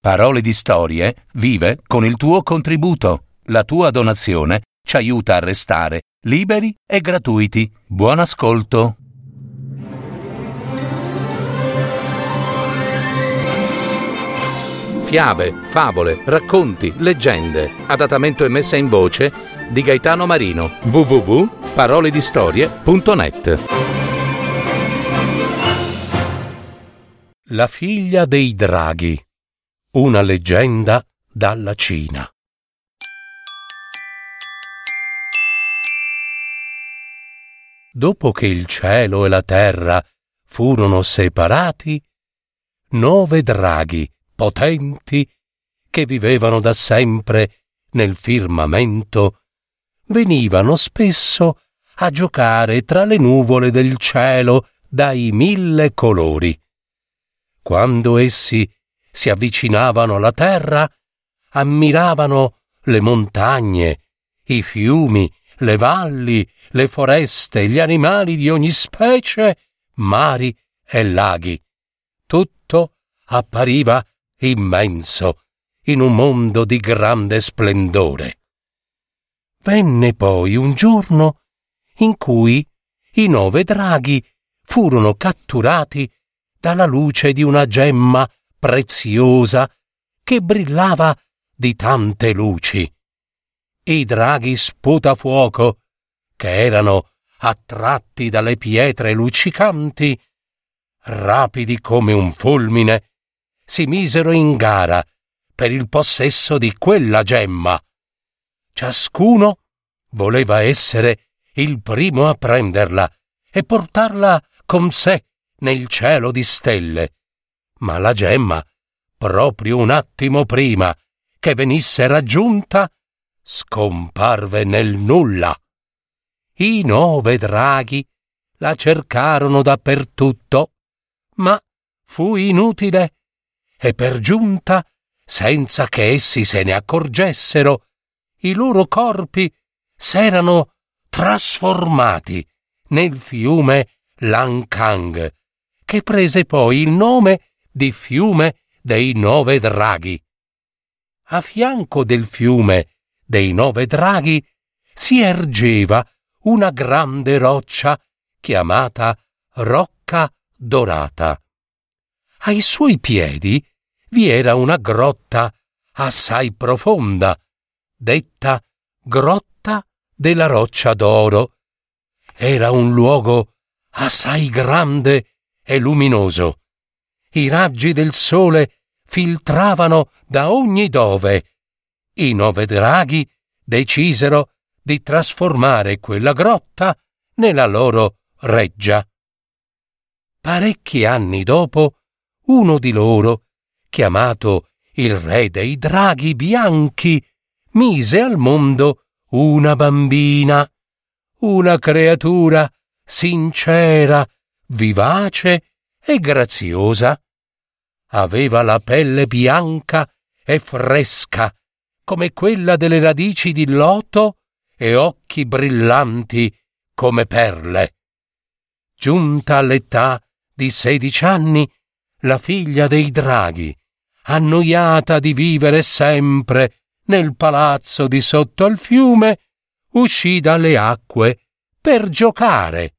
Parole di Storie vive con il tuo contributo. La tua donazione ci aiuta a restare liberi e gratuiti. Buon ascolto. Fiabe, favole, racconti, leggende. Adattamento e messa in voce di Gaetano Marino. www.paroledistorie.net. La figlia dei draghi. Una leggenda dalla Cina. Dopo che il cielo e la terra furono separati, 9 draghi potenti che vivevano da sempre nel firmamento venivano spesso a giocare tra le nuvole del cielo dai 1000 colori. Quando essi si avvicinavano alla terra, ammiravano le montagne, i fiumi, le valli, le foreste, gli animali di ogni specie, mari e laghi. Tutto appariva immenso in un mondo di grande splendore. Venne poi un giorno in cui i 9 draghi furono catturati dalla luce di una gemma preziosa che brillava di tante luci. I draghi sputafuoco, che erano attratti dalle pietre luccicanti, rapidi come un fulmine, si misero in gara per il possesso di quella gemma. Ciascuno voleva essere il primo a prenderla e portarla con sé nel cielo di stelle, ma la gemma, proprio un attimo prima che venisse raggiunta, scomparve nel nulla. I 9 draghi la cercarono dappertutto, ma fu inutile e per giunta, senza che essi se ne accorgessero, i loro corpi s'erano trasformati nel fiume Langkang, che prese poi il nome di fiume dei 9 draghi. A fianco del fiume dei 9 draghi si ergeva una grande roccia chiamata Rocca Dorata. Ai suoi piedi vi era una grotta assai profonda, detta Grotta della Roccia d'Oro. Era un luogo assai grande e luminoso. I raggi del sole filtravano da ogni dove. I 9 draghi decisero di trasformare quella grotta nella loro reggia. Parecchi anni dopo, uno di loro, chiamato il re dei draghi bianchi, mise al mondo una bambina, una creatura sincera, vivace e graziosa. Aveva la pelle bianca e fresca come quella delle radici di loto e occhi brillanti come perle. Giunta all'età di 16 anni, la figlia dei draghi, annoiata di vivere sempre nel palazzo di sotto al fiume, uscì dalle acque per giocare.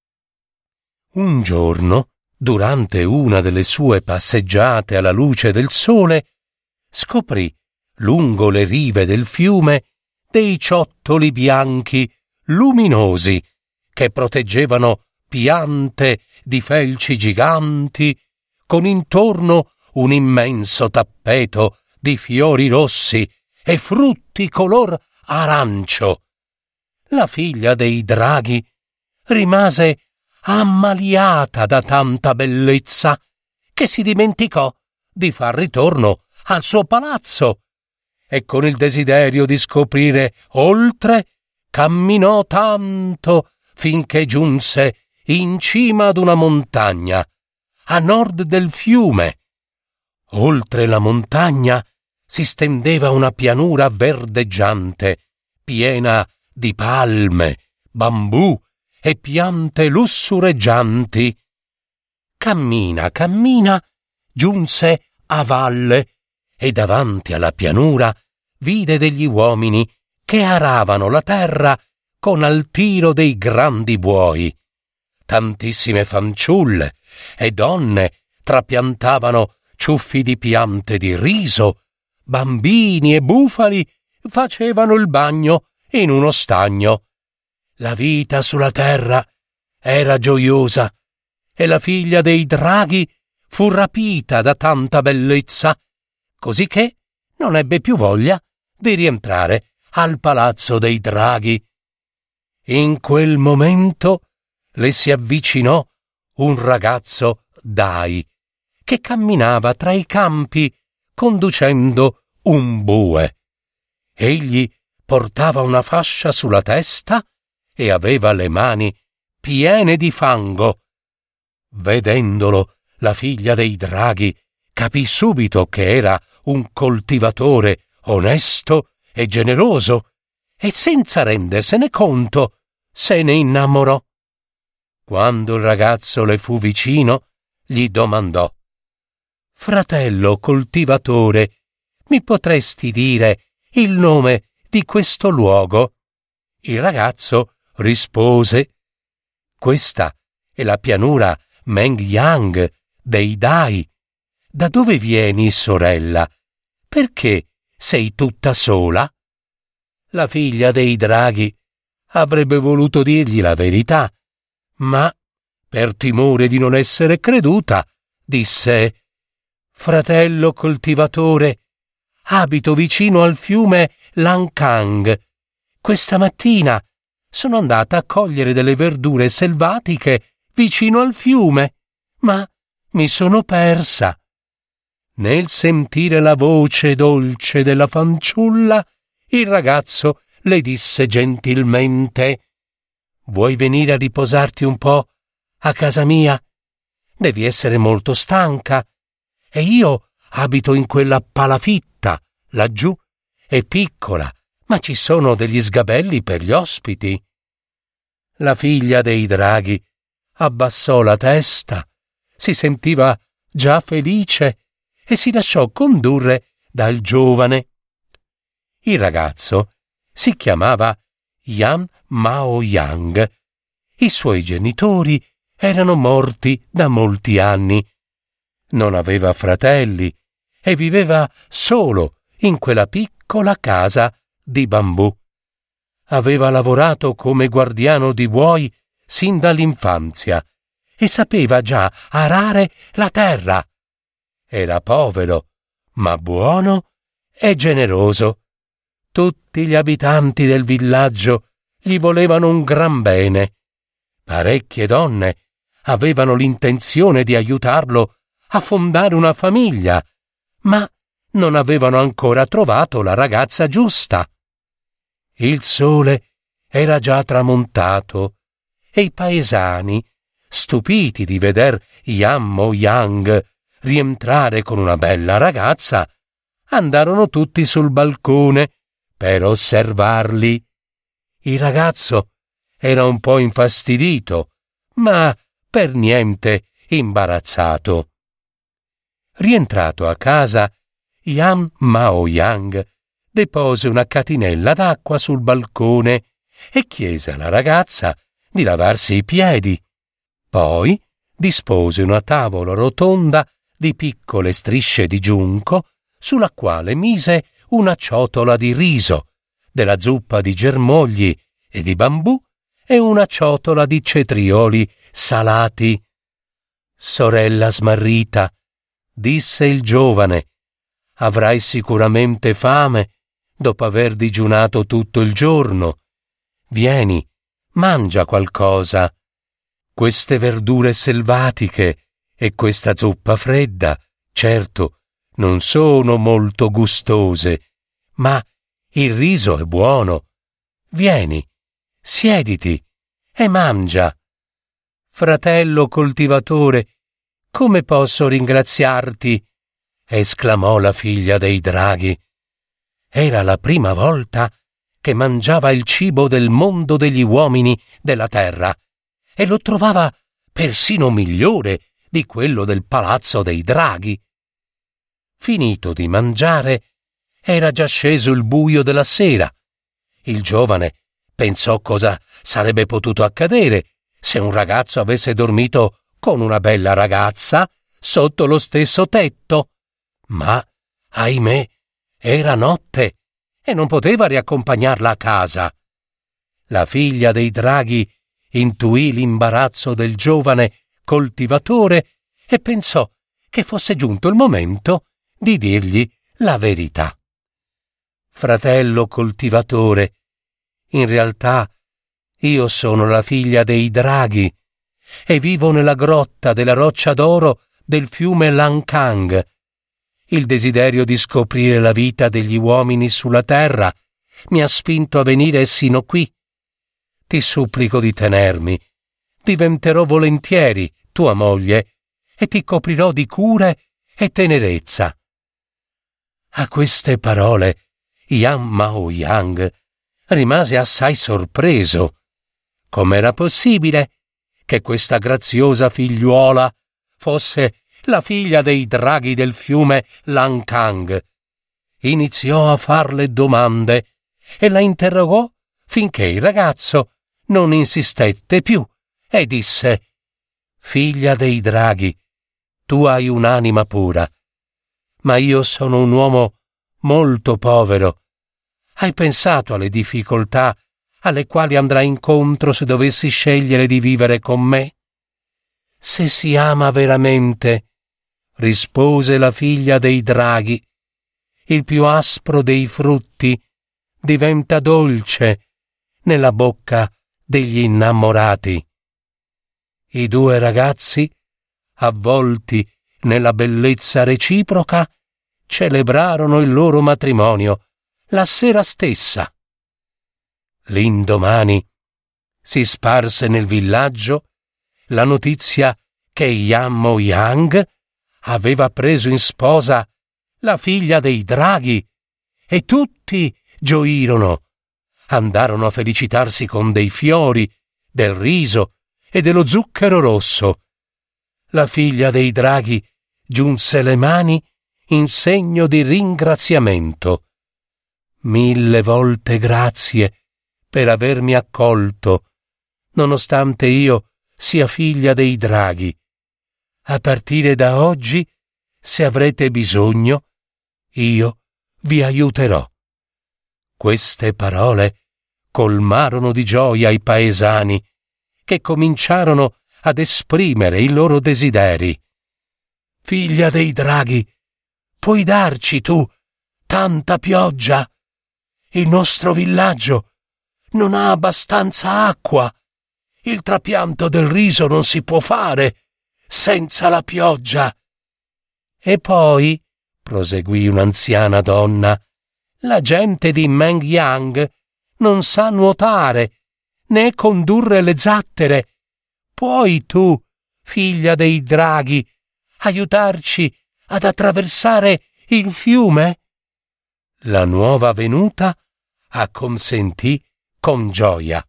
Un giorno, durante una delle sue passeggiate alla luce del sole, scoprì lungo le rive del fiume dei ciottoli bianchi luminosi che proteggevano piante di felci giganti, con intorno un immenso tappeto di fiori rossi e frutti color arancio. La figlia dei draghi rimase ammaliata da tanta bellezza che si dimenticò di far ritorno al suo palazzo e con il desiderio di scoprire oltre camminò tanto finché giunse in cima ad una montagna a nord del fiume. Oltre la montagna si stendeva una pianura verdeggiante piena di palme, bambù e piante lussureggianti. Cammina, giunse a valle e davanti alla pianura vide degli uomini che aravano la terra con al tiro dei grandi buoi. Tantissime fanciulle e donne trapiantavano ciuffi di piante di riso, bambini e bufali facevano il bagno in uno stagno. La vita sulla terra era gioiosa e la figlia dei draghi fu rapita da tanta bellezza, così che non ebbe più voglia di rientrare al palazzo dei draghi. In quel momento le si avvicinò un ragazzo Dai che camminava tra i campi conducendo un bue. Egli portava una fascia sulla testa e aveva le mani piene di fango. Vedendolo, la figlia dei draghi capì subito che era un coltivatore onesto e generoso e senza rendersene conto se ne innamorò. Quando il ragazzo le fu vicino, gli domandò: «Fratello coltivatore, mi potresti dire il nome di questo luogo?» Il ragazzo rispose: «Questa è la pianura Mengyang dei Dai. Da dove vieni, sorella? Perché sei tutta sola?» La figlia dei draghi avrebbe voluto dirgli la verità, ma, per timore di non essere creduta, disse: «Fratello coltivatore, abito vicino al fiume Langkang. Questa mattina sono andata a cogliere delle verdure selvatiche vicino al fiume, ma mi sono persa». Nel sentire la voce dolce della fanciulla, il ragazzo le disse gentilmente: «Vuoi venire a riposarti un po' a casa mia? Devi essere molto stanca e io abito in quella palafitta laggiù. È piccola, ma ci sono degli sgabelli per gli ospiti». La figlia dei draghi abbassò la testa, si sentiva già felice e si lasciò condurre dal giovane. Il ragazzo si chiamava Yan Maoyang. I suoi genitori erano morti da molti anni. Non aveva fratelli e viveva solo in quella piccola casa di bambù. Aveva lavorato come guardiano di buoi sin dall'infanzia e sapeva già arare la terra. Era povero, ma buono e generoso. Tutti gli abitanti del villaggio gli volevano un gran bene. Parecchie donne avevano l'intenzione di aiutarlo a fondare una famiglia, ma non avevano ancora trovato la ragazza giusta. Il sole era già tramontato e i paesani, stupiti di veder Yan Mo-yang rientrare con una bella ragazza, andarono tutti sul balcone per osservarli. Il ragazzo era un po' infastidito, ma per niente imbarazzato. Rientrato a casa, Yan Maoyang depose una catinella d'acqua sul balcone e chiese alla ragazza di lavarsi i piedi. Poi dispose una tavola rotonda di piccole strisce di giunco sulla quale mise una ciotola di riso, della zuppa di germogli e di bambù e una ciotola di cetrioli salati. «Sorella smarrita», disse il giovane, «avrai sicuramente fame dopo aver digiunato tutto il giorno. Vieni, mangia qualcosa. Queste verdure selvatiche e questa zuppa fredda, certo, non sono molto gustose, ma il riso è buono. Vieni, siediti e mangia». «Fratello coltivatore, come posso ringraziarti?» esclamò la figlia dei draghi. Era la prima volta che mangiava il cibo del mondo degli uomini della terra e lo trovava persino migliore di quello del palazzo dei draghi. Finito di mangiare, era già sceso il buio della sera. Il giovane pensò cosa sarebbe potuto accadere se un ragazzo avesse dormito con una bella ragazza sotto lo stesso tetto. Ma, ahimè, era notte e non poteva riaccompagnarla a casa. La figlia dei draghi intuì l'imbarazzo del giovane coltivatore e pensò che fosse giunto il momento di dirgli la verità. Fratello coltivatore, in realtà io sono la figlia dei draghi e vivo nella grotta della roccia d'oro del fiume Lancang. Il desiderio di scoprire la vita degli uomini sulla terra mi ha spinto a venire sino qui. Ti supplico di tenermi. Diventerò volentieri tua moglie e ti coprirò di cure e tenerezza. A queste parole Yan Maoyang rimase assai sorpreso. Com'era possibile che questa graziosa figliuola fosse la figlia dei draghi del fiume Lancang? Iniziò a farle domande e la interrogò finché il ragazzo non insistette più e disse: «Figlia dei draghi, tu hai un'anima pura, ma io sono un uomo molto povero. Hai pensato alle difficoltà alle quali andrai incontro se dovessi scegliere di vivere con me?» «Se si ama veramente», rispose la figlia dei draghi, «il più aspro dei frutti diventa dolce nella bocca degli innamorati». I due ragazzi, avvolti nella bellezza reciproca, celebrarono il loro matrimonio la sera stessa. L'indomani si sparse nel villaggio la notizia che Yan Maoyang aveva preso in sposa la figlia dei draghi e tutti gioirono. Andarono a felicitarsi con dei fiori, del riso e dello zucchero rosso. La figlia dei draghi giunse le mani in segno di ringraziamento. «Mille volte grazie per avermi accolto, nonostante io sia figlia dei draghi. A partire da oggi, se avrete bisogno, io vi aiuterò». Queste parole colmarono di gioia i paesani, che cominciarono ad esprimere i loro desideri. «Figlia dei draghi, puoi darci tu tanta pioggia? Il nostro villaggio non ha abbastanza acqua. Il trapianto del riso non si può fare senza la pioggia». «E poi», proseguì un'anziana donna, «la gente di Mengyang non sa nuotare né condurre le zattere. Puoi tu, figlia dei draghi, aiutarci ad attraversare il fiume?» La nuova venuta acconsentì con gioia.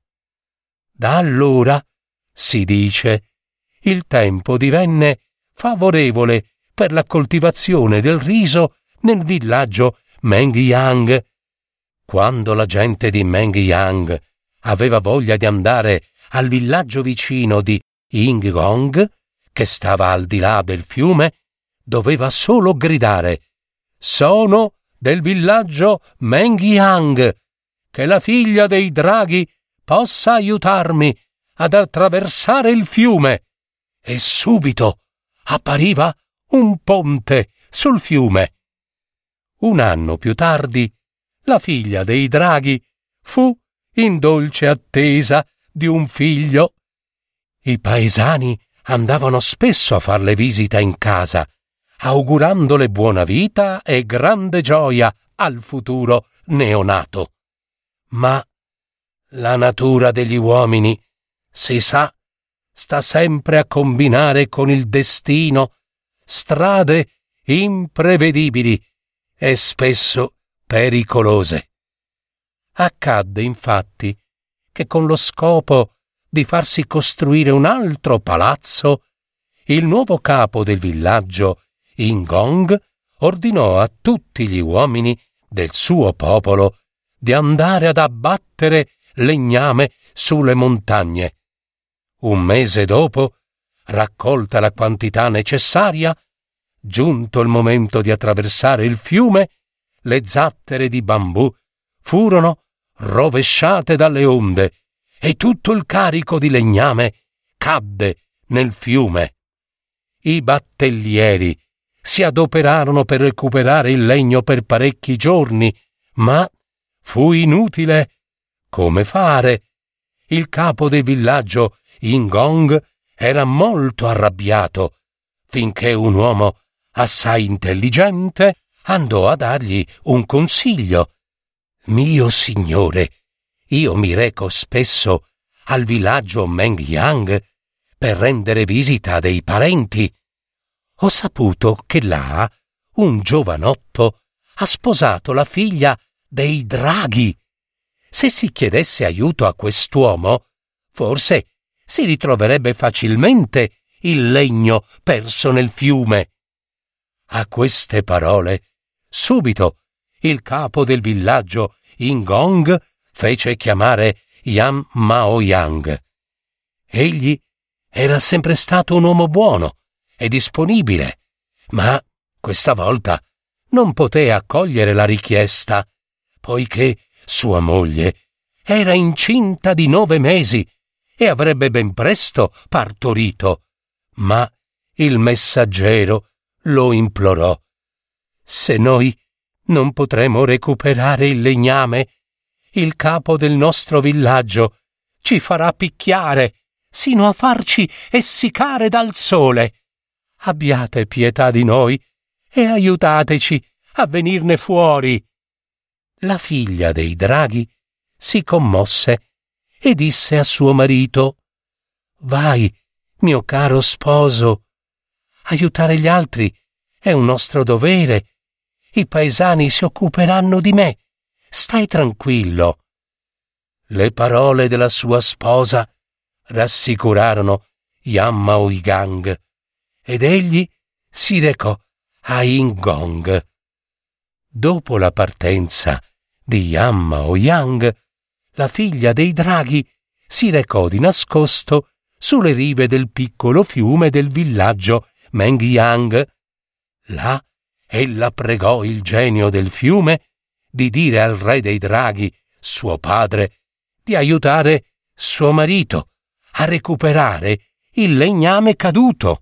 Da allora, si dice, il tempo divenne favorevole per la coltivazione del riso nel villaggio Mengyang. Quando la gente di Mengyang aveva voglia di andare al villaggio vicino di Yingong, che stava al di là del fiume, doveva solo gridare: «Sono del villaggio Mengyang, che la figlia dei draghi possa aiutarmi ad attraversare il fiume». E subito appariva un ponte sul fiume. Un anno più tardi, la figlia dei draghi fu in dolce attesa di un figlio. I paesani andavano spesso a farle visita in casa, augurandole buona vita e grande gioia al futuro neonato. Ma la natura degli uomini, si sa, sta sempre a combinare con il destino strade imprevedibili e spesso pericolose. Accadde infatti che, con lo scopo di farsi costruire un altro palazzo, il nuovo capo del villaggio Yingong ordinò a tutti gli uomini del suo popolo di andare ad abbattere legname sulle montagne. Un mese dopo, raccolta la quantità necessaria, giunto il momento di attraversare il fiume, le zattere di bambù furono rovesciate dalle onde e tutto il carico di legname cadde nel fiume. I battellieri si adoperarono per recuperare il legno per parecchi giorni, ma fu inutile. Come fare? Il capo del villaggio, Ingong, era molto arrabbiato, finché un uomo assai intelligente andò a dargli un consiglio. «Mio signore, io mi reco spesso al villaggio Mengyang per rendere visita a dei parenti. Ho saputo che là un giovanotto ha sposato la figlia dei draghi. Se si chiedesse aiuto a quest'uomo, forse si ritroverebbe facilmente il legno perso nel fiume». A queste parole, subito il capo del villaggio Ingong fece chiamare Yan Maoyang. Egli era sempre stato un uomo buono e disponibile, ma questa volta non poté accogliere la richiesta, poiché sua moglie era incinta di 9 mesi e avrebbe ben presto partorito. Ma il messaggero lo implorò: «Se noi non potremo recuperare il legname, il capo del nostro villaggio ci farà picchiare sino a farci essiccare dal sole. Abbiate pietà di noi e aiutateci a venirne fuori». La figlia dei draghi si commosse e disse a suo marito: «Vai, mio caro sposo, aiutare gli altri è un nostro dovere. I paesani si occuperanno di me. Stai tranquillo». Le parole della sua sposa rassicurarono Yan Maoyang ed egli si recò a Ingong. Dopo la partenza di Yan Maoyang, la figlia dei draghi si recò di nascosto sulle rive del piccolo fiume del villaggio Mengyang. Là ella pregò il genio del fiume di dire al re dei draghi, suo padre, di aiutare suo marito a recuperare il legname caduto.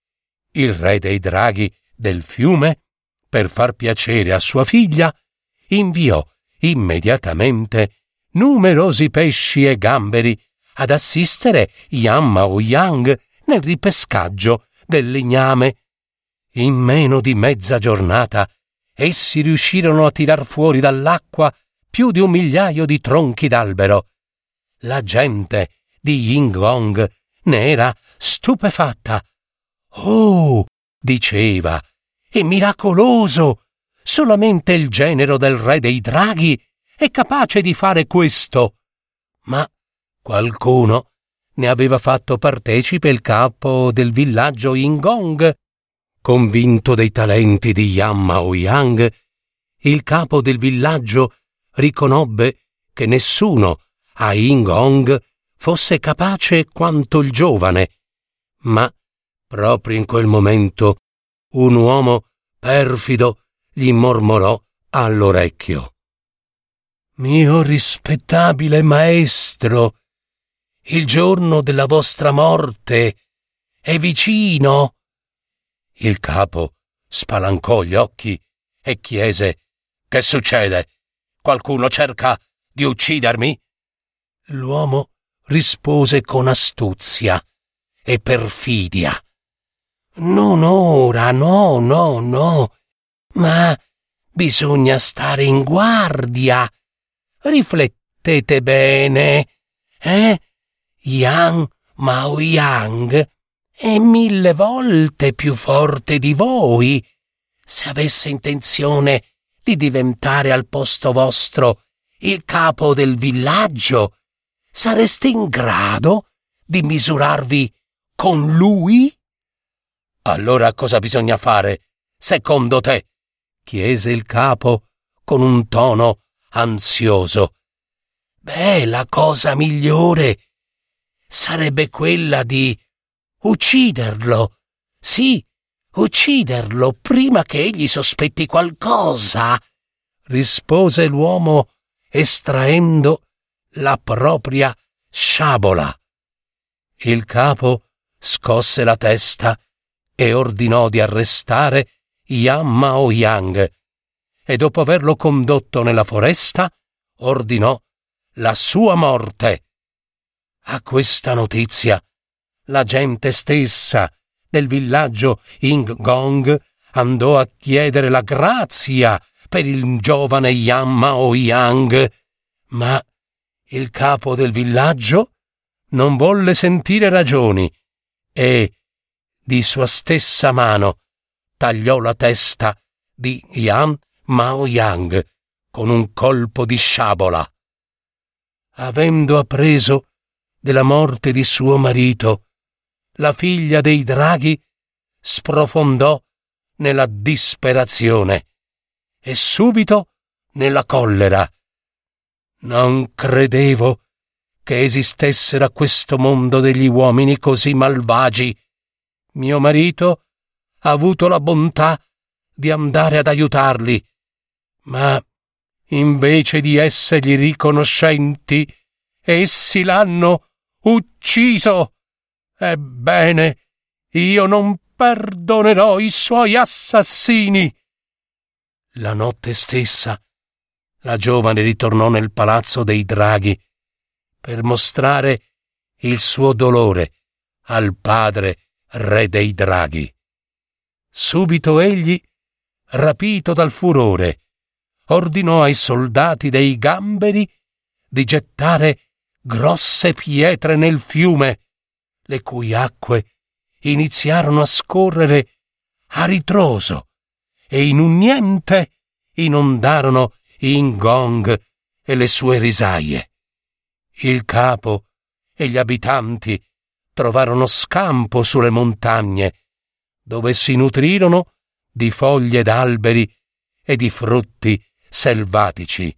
Il re dei draghi del fiume, per far piacere a sua figlia, inviò immediatamente numerosi pesci e gamberi ad assistere Yan Maoyang nel ripescaggio del legname. In meno di mezza giornata essi riuscirono a tirar fuori dall'acqua più di 1 migliaio di tronchi d'albero. La gente di Ingong ne era stupefatta. «Oh!» diceva, «è miracoloso! Solamente il genero del re dei draghi è capace di fare questo». Ma qualcuno ne aveva fatto partecipe il capo del villaggio Ingong. Convinto dei talenti di Yan Maoyang, il capo del villaggio riconobbe che nessuno a Ingong fosse capace quanto il giovane. Ma proprio in quel momento un uomo perfido gli mormorò all'orecchio: «Mio rispettabile maestro, il giorno della vostra morte è vicino». Il capo spalancò gli occhi e chiese: «Che succede? Qualcuno cerca di uccidermi?» L'uomo rispose con astuzia e perfidia: «Non ora, no, ma bisogna stare in guardia. Riflettete bene, Yan Maoyang è 1000 volte più forte di voi. Se avesse intenzione di diventare al posto vostro il capo del villaggio, sareste in grado di misurarvi con lui?» «Allora cosa bisogna fare, secondo te?» chiese il capo con un tono ansioso. Beh, la cosa migliore sarebbe quella di ucciderlo. Sì, ucciderlo prima che egli sospetti qualcosa, rispose l'uomo estraendo la propria sciabola. Il capo scosse la testa e ordinò di arrestare Yan Mao Yang e dopo averlo condotto nella foresta ordinò la sua morte. A questa notizia la gente stessa del villaggio Yingong andò a chiedere la grazia per il giovane Yan Mao Yang, ma il capo del villaggio non volle sentire ragioni e di sua stessa mano tagliò la testa di Yan Mao Yang con un colpo di sciabola. Avendo appreso della morte di suo marito, la figlia dei draghi sprofondò nella disperazione e subito nella collera. Non credevo che esistessero a questo mondo degli uomini così malvagi. Mio marito ha avuto la bontà di andare ad aiutarli, ma invece di essergli riconoscenti, essi l'hanno ucciso. Ebbene, io non perdonerò i suoi assassini. La notte stessa la giovane ritornò nel palazzo dei draghi per mostrare il suo dolore al padre re dei draghi. Subito egli, rapito dal furore, ordinò ai soldati dei gamberi di gettare grosse pietre nel fiume, le cui acque iniziarono a scorrere a ritroso e in un niente inondarono Yingong e le sue risaie. Il capo e gli abitanti trovarono scampo sulle montagne, dove si nutrirono di foglie d'alberi e di frutti selvatici.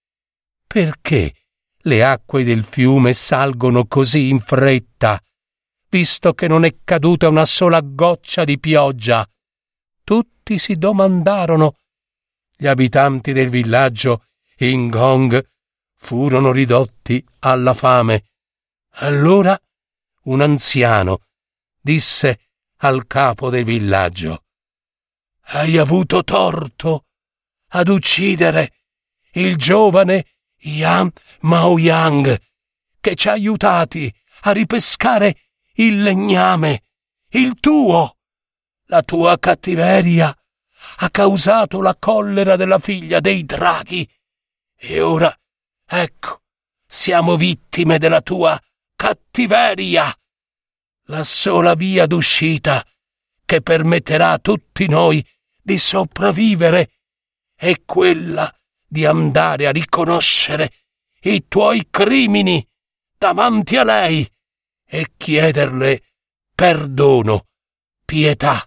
Perché le acque del fiume salgono così in fretta, visto che non è caduta una sola goccia di pioggia? Tutti si domandarono. Gli abitanti del villaggio Yingong furono ridotti alla fame. Allora un anziano disse al capo del villaggio: «Hai avuto torto ad uccidere il giovane Yan Mao Yang, che ci ha aiutati a ripescare il legname, il tuo. La tua cattiveria ha causato la collera della figlia dei draghi e ora, ecco, siamo vittime della tua cattiveria. La sola via d'uscita che permetterà a tutti noi di sopravvivere è quella di andare a riconoscere i tuoi crimini davanti a lei e chiederle perdono, pietà».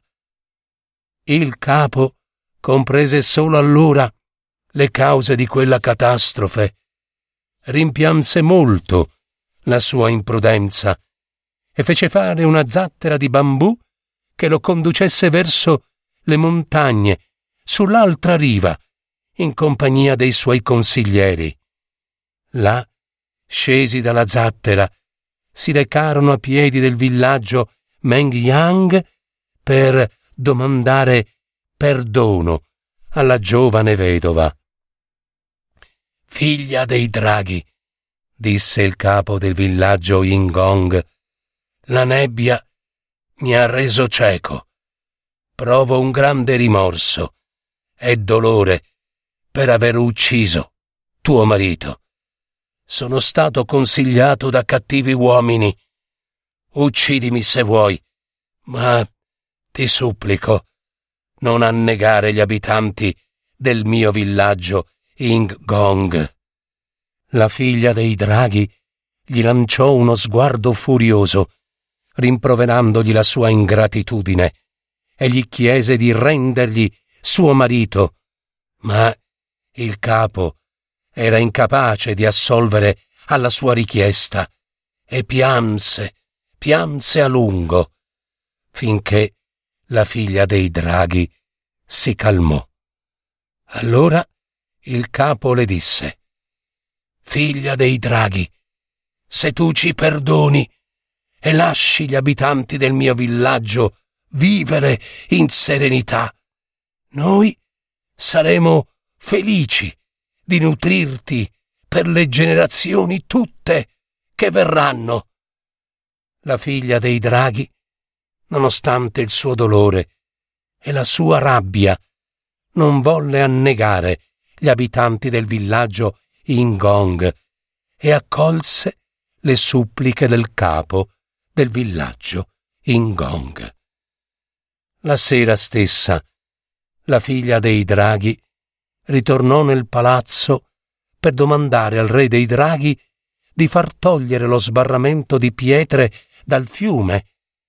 Il capo comprese solo allora le cause di quella catastrofe, rimpianse molto la sua imprudenza e fece fare una zattera di bambù che lo conducesse verso le montagne sull'altra riva in compagnia dei suoi consiglieri. Là, scesi dalla zattera, si recarono a piedi del villaggio Mengyang per domandare perdono alla giovane vedova. «Figlia dei draghi», disse il capo del villaggio Yingong, «la nebbia mi ha reso cieco. Provo un grande rimorso e dolore per aver ucciso tuo marito. Sono stato consigliato da cattivi uomini. Uccidimi se vuoi, ma ti supplico, non annegare gli abitanti del mio villaggio Yingong». La figlia dei draghi gli lanciò uno sguardo furioso, rimproverandogli la sua ingratitudine, e gli chiese di rendergli suo marito Ma il capo era incapace di assolvere alla sua richiesta e pianse a lungo, finché la figlia dei draghi si calmò. Allora il capo le disse: «Figlia dei draghi, se tu ci perdoni e lasci gli abitanti del mio villaggio vivere in serenità, noi saremo felici di nutrirti per le generazioni tutte che verranno». La figlia dei draghi, nonostante il suo dolore e la sua rabbia, non volle annegare gli abitanti del villaggio Ingong e accolse le suppliche del capo del villaggio Ingong. La sera stessa, la figlia dei draghi ritornò nel palazzo per domandare al re dei draghi di far togliere lo sbarramento di pietre dal fiume.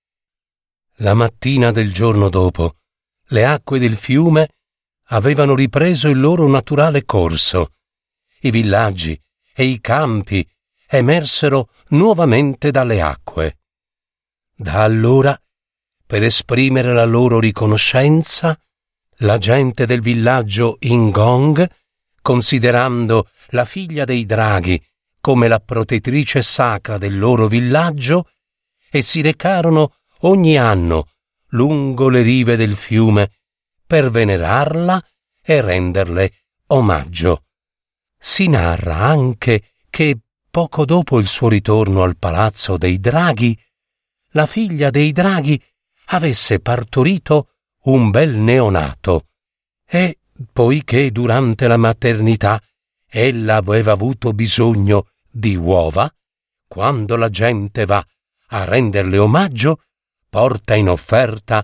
La mattina del giorno dopo, le acque del fiume avevano ripreso il loro naturale corso. I villaggi e i campi emersero nuovamente dalle acque. Da allora, per esprimere la loro riconoscenza, la gente del villaggio Ingong, considerando la figlia dei draghi come la protettrice sacra del loro villaggio, e si recarono ogni anno lungo le rive del fiume per venerarla e renderle omaggio. Si narra anche che, poco dopo il suo ritorno al palazzo dei draghi, la figlia dei draghi avesse partorito un bel neonato e, poiché durante la maternità ella aveva avuto bisogno di uova, quando la gente va a renderle omaggio, porta in offerta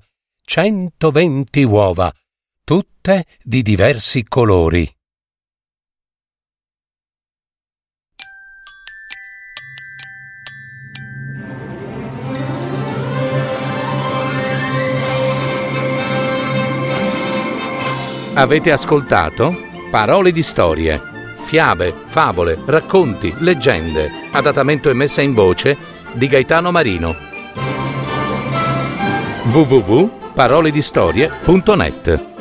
120 uova, tutte di diversi colori. Avete ascoltato Parole di storie, fiabe, favole, racconti, leggende, adattamento e messa in voce di Gaetano Marino. www.paroledistorie.net